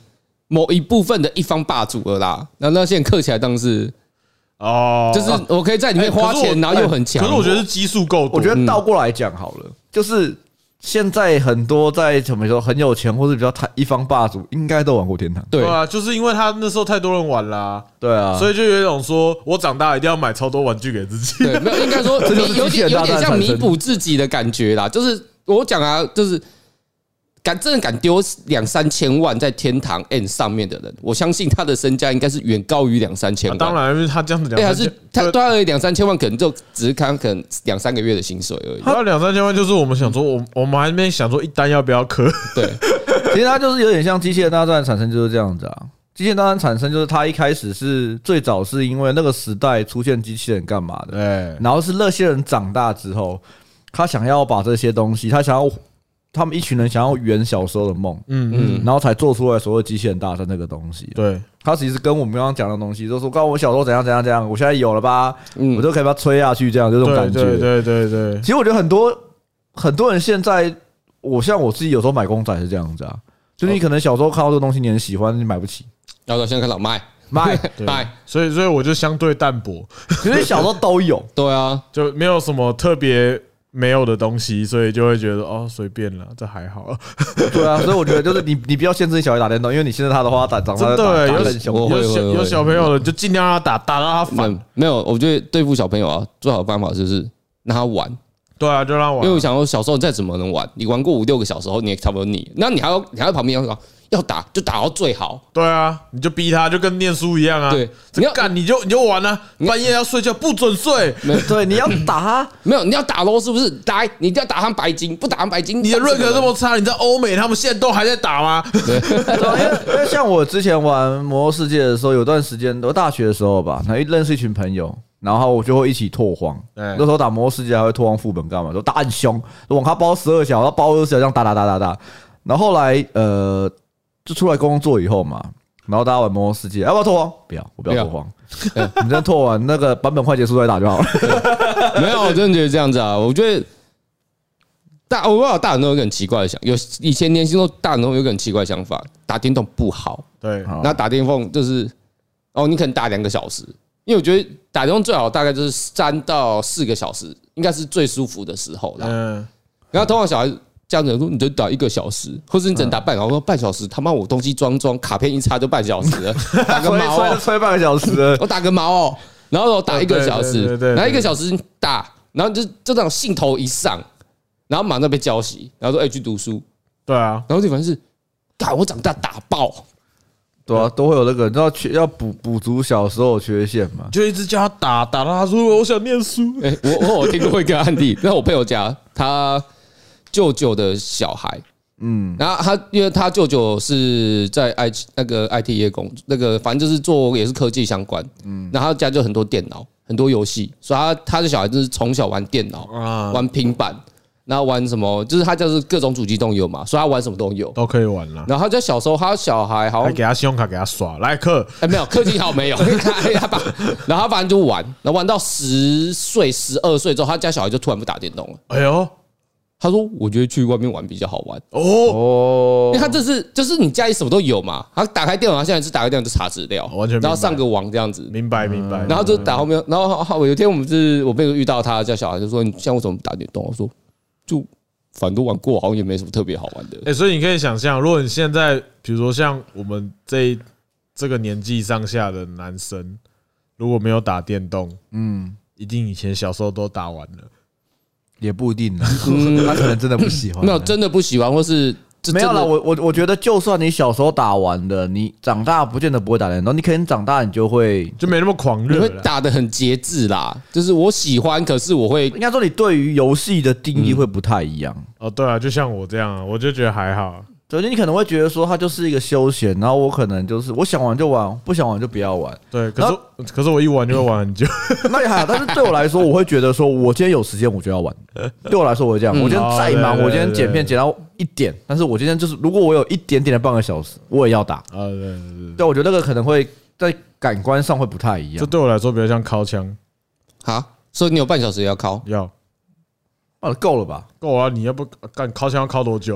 某一部分的一方霸主了啦。那现在氪起来当然是就是我可以在里面花钱，然后又很强。 可是我觉得是基数够多。 我觉得倒过来讲好了，就是现在很多在怎么说很有钱或是比较一方霸主，应该都玩过天堂。 对啊，就是因为他那时候太多人玩啦， 对啊， 所以就有一种说我长大一定要买超多玩具给自己。 对，没有应该说有点像弥补自己的感觉啦。就是我讲啊，就是真的敢丢2-3千万在天堂 N 上面的人，我相信他的身价应该是远高于2-3千万。 当然，因为他这样子他对他而言2-3千万可能就只是可能2-3个月的薪水而已。 他2-3千万就是我们想说，我们还没想说一单要不要氪。 对， 其实它就是有点像机器人大战产生就是这样子啊。机器人大战产生就是它一开始是最早是因为那个时代出现机器人干嘛的，然后是那些人长大之后，他想要把这些东西，他们一群人想要圆小时候的梦，然后才做出来所谓机器人大战这个东西。对，他其实跟我们刚刚讲的东西，就是说，刚我小时候怎样怎样怎样，我现在有了吧，我就可以把它吹下去，这样这种感觉。对。其实我觉得很多人现在，像我自己有时候买公仔是这样子啊，就是你可能小时候看到这个东西你很喜欢，你买不起， 然后现在看到卖， 所以我就相对淡薄， 因为小时候都有， 对啊， 就没有什么特别没有的东西，所以就会觉得随便了，这还好。 对啊，所以我觉得就是你不要限制小孩打电动，因为你限制他的话，长大真的有小朋友的就尽量让他打到他烦。 没有，我觉得对付小朋友啊，最好的办法就是让他玩。 对啊，就让他玩。 因为我想说，小时候再怎么能玩，你玩过5-6个小时后，你也差不多腻。那你还要旁边要打就打到最好。 对啊，你就逼他，就跟念书一样啊。 对， 你就玩啊，半夜要睡觉不准睡。 对，你要打他， 没有你要打咯，是不是？来，你一定要打上白金，不打上白金， 你的认可这么差，你在欧美他们现在都还在打吗？ 对，因为像我之前玩《魔兽世界》的时候，有段时间我大学的时候吧，然后认识一群朋友。然后我就会一起拓荒，那时候打魔兽世界还会拓荒副本干嘛？就打很凶，网咖包12小，然后包20小这样打。然后后来就出来工作以后嘛，然后大家玩魔兽世界，要不要拓荒？不要，我不要拓荒。你真拓完那个版本快结束再打就好了。 没有，我真的觉得这样子啊，我觉得我不知道大人都有一个很奇怪的以前年轻时候大人都有一个很奇怪的想法，打电动不好。 对， 那打电动就是你可能打2个小时。因为我觉得打电动最好大概就是3到4个小时，应该是最舒服的时候啦。然后通常小孩这样子说，你就打1个小时，或是你只能打半小时。我说半小时，他妈我东西装卡片一插就半小时了，打个毛吹半个小时， 我打个毛哦。然后我打1个小时，然后1个小时打，然后就这种兴头一上，然后马上被浇熄，然后说去读书。 对啊， 然后就反正是，我长大打爆。 对啊，都会有那个，你知道要补足小时候的缺陷嘛？ 就一直叫他打到他说我想念书。 我听过一个案例，在我朋友家，他舅舅的小孩，然后因为他舅舅是在IT 业工，反正就是做也是科技相关，然后他家就很多电脑，很多游戏，所以他的小孩就是从小玩电脑，玩平板。然后玩什么？就是他就是各种主机都有嘛，所以他玩什么都有， 都可以玩了。 然后他在小时候，他小孩好像还给他信用卡给他刷来氪， 没有氪金好没有，然后他反正就玩，然后玩到10岁、12岁之后，他家小孩就突然不打电动了。 哎呦， 他说：“我觉得去外面玩比较好玩哦， 因为他就是你家里什么都有嘛。他打开电脑，他现在是打开电脑就查资料， 完全， 然后上个网这样子， 明白。 然后就打后面，然后有一天我朋友遇到他家小孩，就说：‘你像为什么不打电动？’我说：‘就。’反正都玩过，好像也没什么特别好玩的。 所以你可以想象，如果你现在，比如说像我们这个年纪上下的男生，如果没有打电动，一定以前小时候都打完了， 也不一定呢。他可能真的不喜欢， 没有真的不喜欢，或是没有啦。我觉得，就算你小时候打完的，你长大不见得不会打电动，你可能长大你就没那么狂热， 你会打得很节制啦。就是我喜欢，可是我会应该说你对于游戏的定义会不太一样。 对啊，就像我这样，我就觉得还好。 对，你可能会觉得说它就是一个休闲，然后我可能就是我想玩就玩，不想玩就不要玩。 对，可是我一玩就会玩很久。 那也还好，但是对我来说，我会觉得说我今天有时间我就要玩。对我来说，我会这样。我今天再忙，我今天剪片剪到1点，但是我今天就是如果我有一点点的半个小时，我也要打。对，我觉得那个可能会在感官上会不太一样。 这对我来说比较像敲枪。 所以你有半小时也要敲？ 要。 够了吧？ 够啊！你要不干敲枪要敲多久？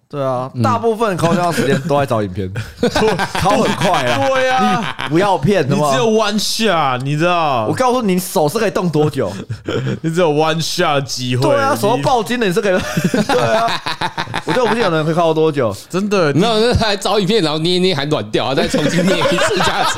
对啊，大部分烤箱的时间都在找影片，烤很快啊。 对啊， 你不要骗， 你只有 one shot， 你知道？ 我告诉你，手是可以动多久？ 你只有 one shot 的机会。 对啊，手爆筋了，你是可以。对啊，我就不信有人可以烤多久。 真的，没有，还找影片，然后捏捏还软掉，再重新捏一次这样子。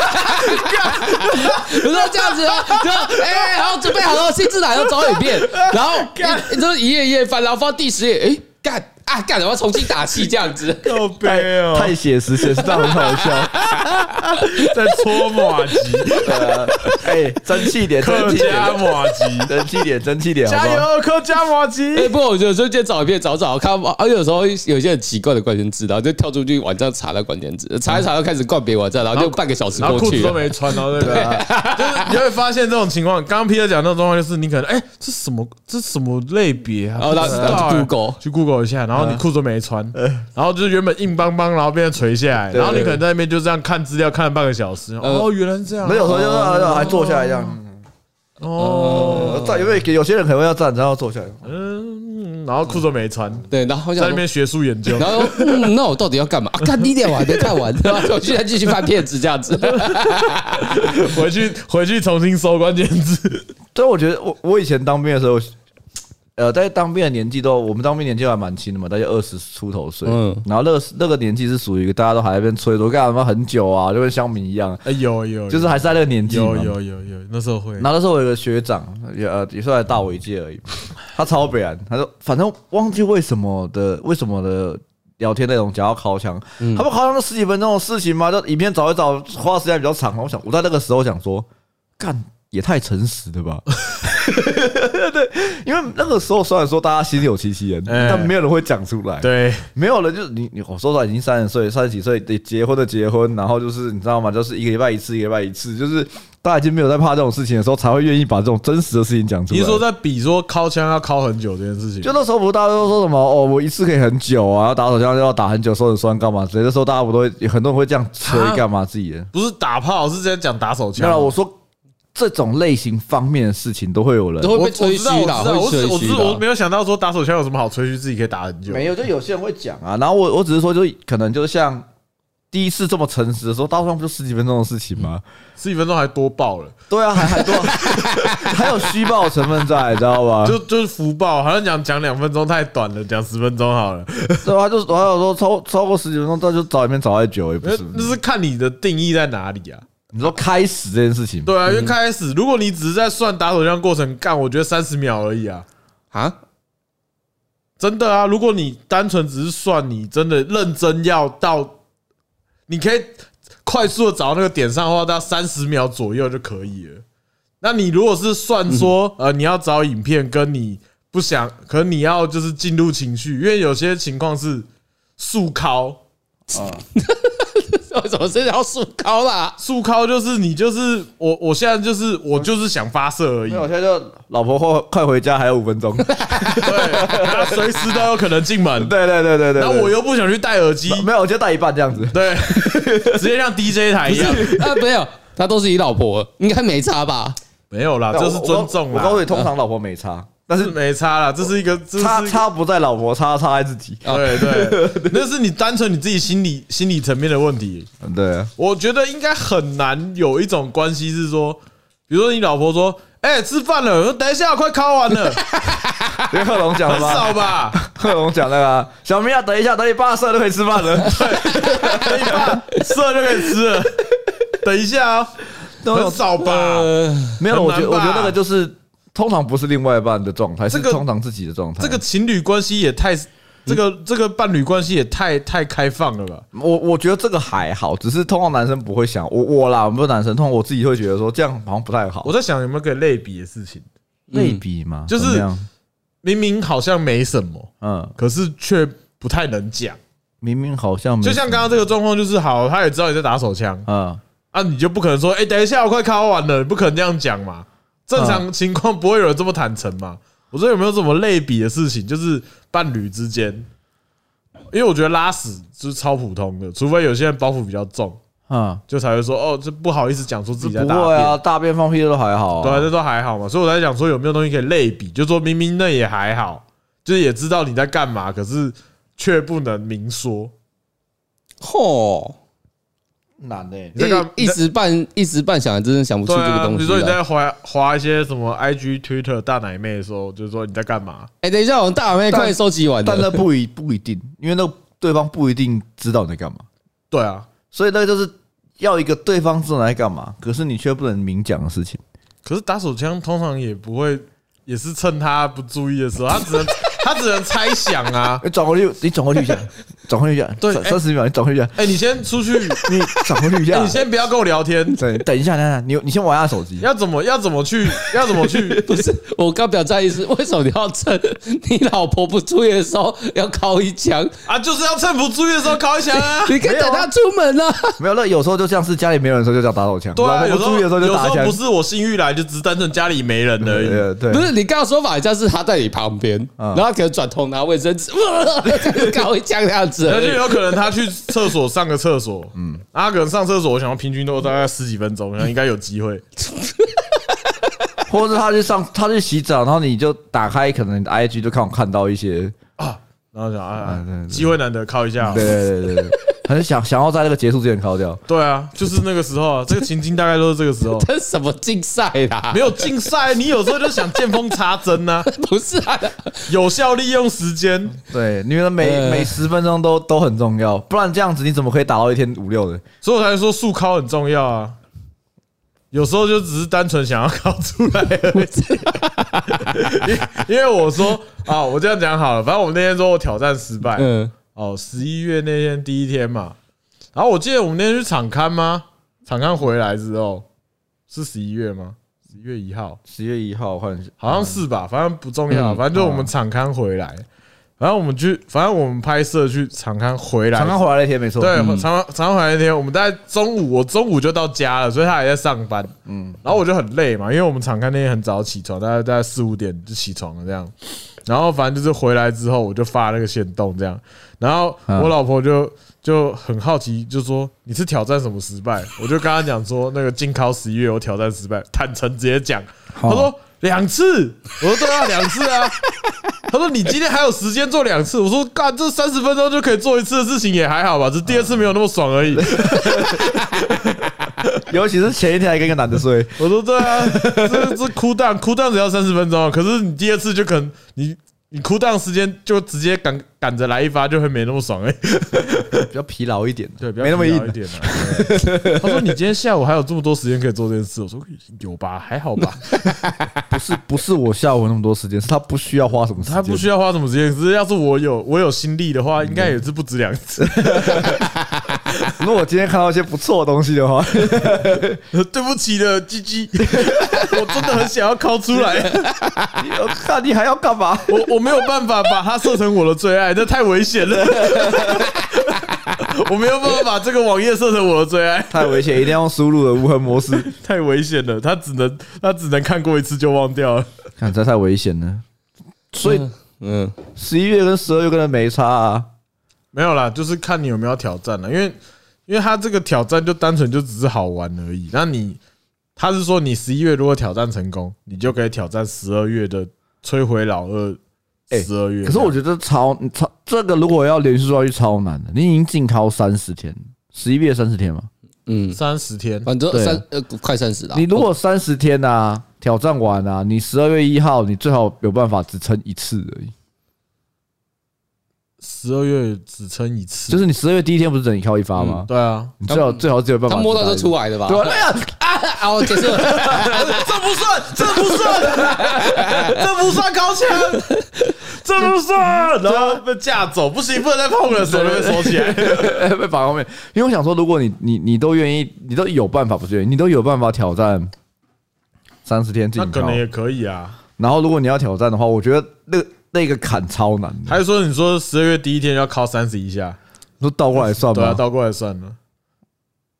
不是这样子啊，就好准备好了，新智来要找影片，然后你就一页一页翻，然后放第10页，干！干！我要重新打气这样子， 够悲哦， 太写实，写实到很好笑， 在搓麻糬， 争气点， 客家麻糬， 争气点， 加油，客家麻糬！ 不过我觉得说今天找一片找看，有时候有些很奇怪的关键字，然后就跳出去网站查那关键字，查一查就开始灌别网站，然后就半个小时过去， 然后裤子都没穿，然后对吧？就是你会发现这种情况，刚刚 Peter 讲那种状况，就是你可能这什么类别啊？ 然后去 Google 一下，然后你裤子都没穿，然后就是原本硬邦邦，然后变成垂下来，然后你可能在那边就这样看资料看了半个小时，原来是这样。 没有时候就是还坐下来这样。站，因为有些人可能要站，然后坐下来。 然后裤子都没穿， 对，然后在那边学术研究， 然后那我到底要干嘛？看第1点我还没看完，对吧？我现在继续翻片子这样子， 回去重新搜关键字。 对，我觉得我以前当兵的时候。在当兵的年纪我们当兵年纪还蛮轻的嘛，大概20出头岁。然后那个年纪是属于大家都还在那边吹说干嘛很久啊，就跟乡民一样。 有， 就是还是在那个年纪。有， 那时候会。 然后那时候我有个学长，也是来大我1届而已，他超北蓝，他说反正忘记为什么的聊天内容讲到烤枪，他们烤枪都10几分钟的事情嘛，就影片找一找，花的时间比较长。我在那个时候想说，干。也太诚实了吧！对，因为那个时候虽然说大家心里有戚戚焉，但没有人会讲出来。对，没有人就是你，我说实话已经30岁、30几岁得结婚的结婚，然后就是你知道吗？就是1个礼拜1次，1个礼拜1次，就是大家已经没有在怕这种事情的时候，才会愿意把这种真实的事情讲出来。 你是说在比说敲枪要敲很久这件事情？ 就那时候不是大家都说什么我1次可以很久啊，要打手枪就要打很久，手很酸干嘛之类的。那时候大家不都会很多人会这样吹干嘛自己的？ 不是打炮，是在讲打手枪。 没有，我说。这种类型方面的事情都会有人都会被吹嘘的， 我没有想到说打手枪有什么好吹嘘自己可以打很久。 没有，就有些人会讲啊。然后我只是说，就可能就像第一次这么诚实的时候，打手枪不就10几分钟的事情吗 ？10几分钟还多爆了。对啊，还多，还有虚报成分在，知道吧？ 就是福报，好像讲2分钟太短了，讲10分钟好了。 对啊，我还有说超过10几分钟，那就找里面找太久也不是。 那是看你的定义在哪里啊？ 你说开始这件事情， 对啊，因为开始，如果你只是在算打手枪过程，干，我觉得30秒而已啊，真的啊，如果你单纯只是算，你真的认真要到，你可以快速的找到那个点上的话，到30秒左右就可以了。那你如果是算说，你要找影片，跟你不想，可能你要就是进入情绪，因为有些情况是速敲为什么是要速敲啦？ 速敲就是你就是我现在就是我就是想发射而已。 我现在就老婆快回家，还有5分钟， 对，随时都有可能进门。 对。 然后我又不想去戴耳机， 没有，我就戴一半这样子。 对，直接像 DJ 台一样。 没有，他都是你老婆，应该没差吧？ 没有啦，这是尊重啦。 我告诉你，通常老婆没差。但是没差啦，这是一个差不在老婆，差在自己。 对，那是你单纯你自己心理层面的问题。 对， 我觉得应该很难有一种关系是说，比如说你老婆说：“吃饭了，等一下快烤完了。” 跟贺龙讲的吗？ 很少吧？ 贺龙讲那个小明啊，等一下，等你爸射就可以吃饭了。 对，等你爸射就可以吃了。等一下啊，很少吧？ 没有，我觉得那个就是。通常不是另外一半的状态，是通常自己的状态。 这个情侣关系也太，这个伴侣关系也太开放了吧？ 我觉得这个还好，只是通常男生不会想我啦，我不是男生，通常我自己会觉得说这样好像不太好。 我在想有没有可以类比的事情， 类比吗？ 就是明明好像没什么，可是却不太能讲。 明明好像就像刚刚这个状况，就是好，他也知道你在打手枪，你就不可能说，等一下我快烤完了，你不可能这样讲嘛。正常情况不会有人这么坦诚嘛？我说有没有什么类比的事情，就是伴侣之间？因为我觉得拉屎就是超普通的，除非有些人包袱比较重，就才会说这不好意思讲出自己在大便。 不会啊，大便放屁都还好， 对，这都还好嘛。所以我在讲说有没有东西可以类比，就说明明那也还好，就是也知道你在干嘛，可是却不能明说。 嚯， 难欸， 一时半想，真的想不出这个东西。 比如说你在滑一些什么 IG、Twitter 大奶妹的时候，就是说你在干嘛？ 等一下，我们大奶妹快收集完了， 但那不一定，因为那对方不一定知道你在干嘛。 对啊， 所以那个就是要一个对方知道你在干嘛，可是你却不能明讲的事情。 可是打手枪通常也不会，也是趁他不注意的时候，他只能猜想啊。 你转回去一下，对，30秒，你转回去一下。 你先出去， 你转回去一下。 你先不要跟我聊天。 对，等一下，你先玩下手机。 要怎么去？ 不是，我刚表达意思，为什么你要趁你老婆不注意的时候要靠一枪啊？就是要趁不注意的时候靠一枪啊！ 你可以等他出门啊。 没有，那有时候就像是家里没人的时候就叫打手枪。 对啊， 不注意的时候就打枪。 有时候不是我性欲来，就只是单纯家里没人而已。 对， 不是你刚刚说法，像是他在你旁边，然后他可能转头拿卫生纸，搞一枪这样子。 那就有可能他去厕所上个厕所，他可能上厕所，我想要平均都大概10几分钟，应该有机会。 或者他去洗澡，然后你就打开可能 IG 就看到一些啊，然后想机会难得靠一下， 对，很想要在那个结束之前靠掉。 对啊，就是那个时候啊，这个情境大概都是这个时候。 这是什么竞赛啦？ 没有竞赛，你有时候就想见缝插针啊。 不是啊， 有效利用时间。 对，你们每10分钟都很重要，不然这样子你怎么可以打到一天5、6的？ 所以我才说速靠很重要啊。有时候就只是单纯想要考出来而已。因为我说啊，我这样讲好了，反正我那天说我挑战失败。11月那天第一天嘛，然后我记得我们那天去场勘吗？场勘回来之后是11月吗？11月1号 ，10月1号好像是吧，反正不重要，反正就是我们场勘回来。然后我们反正我们拍摄去场勘回来， 场勘回来那天没错， 对，场勘回来那天，我们大概我中午就到家了，所以他还在上班，然后我就很累嘛，因为我们场勘那天很早起床，大概4、5点就起床了这样，然后反正就是回来之后我就发那个限动这样，然后我老婆就很好奇，就说你是挑战什么失败？我就跟她讲说那个禁考11月我挑战失败，坦诚直接讲，她说2次，我说对啊2次啊。他说：“你今天还有时间做2次？”我说：“干，这30分钟就可以做1次的事情也还好吧，只是第2次没有那么爽而已。” 尤其是前一天还跟一个男的睡。 我说：“对啊，这哭档只要30分钟，可是你第2次就可能你哭档时间就直接赶着来一发，就会没那么爽比较疲劳一点， 对，没那么硬一点。他说：“你今天下午还有这么多时间可以做这件事？”我说：“有吧，还好吧。” 不是我下午那么多时间，是他不需要花什么时间， 他不需要花什么时间。只是要是我有心力的话，应该也是不止2次。 如果我今天看到一些不错的东西的话， 对不起了，鸡鸡，我真的很想要拷出来。 看你还要干嘛？ 我没有办法把它设成我的最爱，这太危险了。我没有办法把这个网页设成我的最爱， 太危险，一定要用输入的无痕模式， 太危险了。他只能看过1次就忘掉了， 看这太危险了。所以，11月跟12月跟人没差啊， 没有啦，就是看你有没有挑战了。因为他这个挑战就单纯就只是好玩而已。那他是说你11月如果挑战成功，你就可以挑战12月的摧毁老二。12月， 可是我觉得超这个如果要连续做下去超难的。你已经禁考30天，11月30天嘛 ，30天， 反正快30了。 你如果30天啊挑战完啊，你12月1号你最好有办法只撑1次而已。 12月只撑1次， 就是你12月第一天不是整你靠1发吗？ 对啊， 你最好只有办法。 他摸到就出来的吧？ 对啊，我结束了。 这不算，这不算高枪，这不算。然后被架走，不行，不能再碰了，手就被收起来， 被绑后面。因为我想说，如果你都愿意，你都有办法，不是？你都有办法挑战30天禁考， 那可能也可以啊。 然后如果你要挑战的话，我觉得那个坎超难的。 还是说你说12月第一天要考31下， 都倒过来算吗？ 对啊，倒过来算了。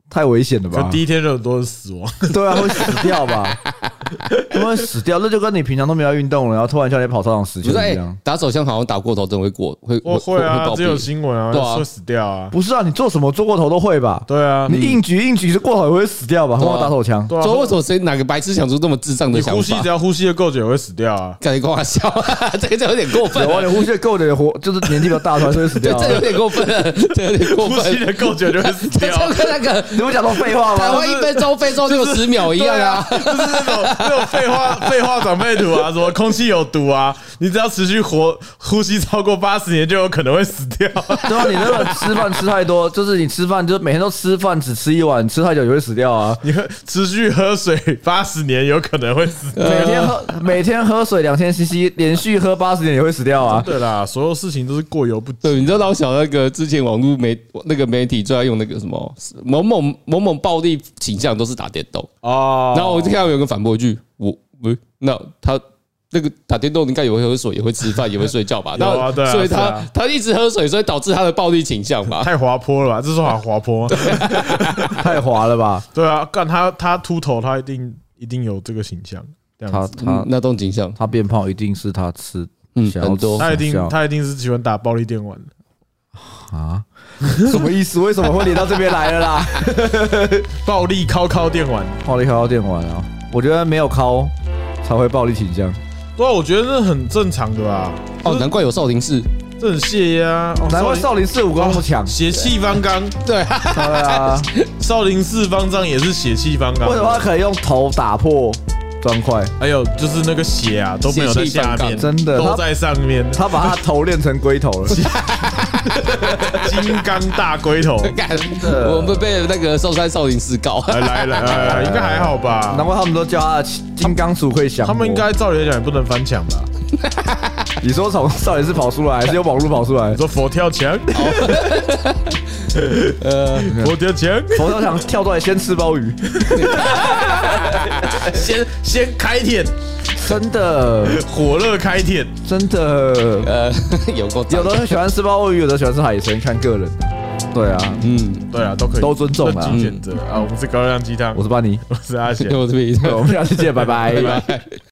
太危险了吧？ 可第一天热多是死亡。 对啊，会死掉吧？他们会死掉，那就跟你平常都没有运动了，然后突然叫你跑操场10圈一样。 打手枪好像打过头真的会啊，只有新闻啊，会死掉啊。 不是啊，你做什么做过头都会吧？ 对啊， 你硬举是过头也会死掉吧？何况打手枪？ 所以为什么谁哪个白痴想出这么智障的想法？ 你呼吸只要呼吸的够久也会死掉啊！ 赶紧跟我笑，这个就有点过分。 有啊，你呼吸的够久，就是年纪比较大，才会死掉。 这有点过分了，这有点过分。 呼吸的够久就会死掉。 就跟那个你不讲说废话吗？ 台湾1分钟非洲60秒一样啊， 就是那种废话长辈图啊，什么空气有毒啊，你只要持续呼吸超过80年，就有可能会死掉。 对啊，你那个吃饭吃太多，就是你吃饭就是每天都吃饭只吃一碗，吃太久也会死掉啊。 你持续喝水80年，有可能会死掉。 每天喝水2000cc，连续喝80年也会死掉啊。 对啦，所有事情都是过犹不及。 对，你知道老小那个之前网络媒体最爱用那个什么某某暴力倾向都是打电动哦，然后我就看到有人反驳一句，那他那个打电动应该也会喝水，也会吃饭，也会睡觉吧？然后所以他一直喝水，所以导致他的暴力倾向吧？ 太滑坡了吧？这是滑坡， 太滑了吧？ 对啊，干他秃头，他一定有这个倾向。 他那种倾向， 他变胖一定是他吃很多， 他一定是喜欢打暴力电玩的啊？什么意思？为什么会连到这边来了啦？ 暴力敲电玩， 啊！我觉得没有敲才会暴力倾向。 对啊，我觉得这很正常的吧。 哦，难怪有少林寺， 这很泄压。 难怪少林寺武功那么强， 血气方刚。 对啊， 少林寺方丈也是血气方刚。 为什么他可以用头打破砖块？ 还有就是那个血啊都没有在下面， 真的都在上面。 他把他头练成龟头了， 金刚大龟头。 我们被那个寿山少林寺告。 来，应该还好吧？ 难怪他们都叫他金刚杵可以降魔。 他们应该照理来讲也不能翻墙吧？ 你说从少林寺跑出来，还是用网络跑出来？ 你说佛跳墙？佛跳墙跳出来先吃鲍鱼， 先开舔， 真的火热开舔， 真的有的人喜欢吃鲍鱼，有的喜欢吃海参，看个人。对啊， 对啊，都可以， 都尊重啊， 选择啊。我们是高热量鸡汤， 我是巴尼， 我是阿贤， 我是 B， 我们下次见，拜拜。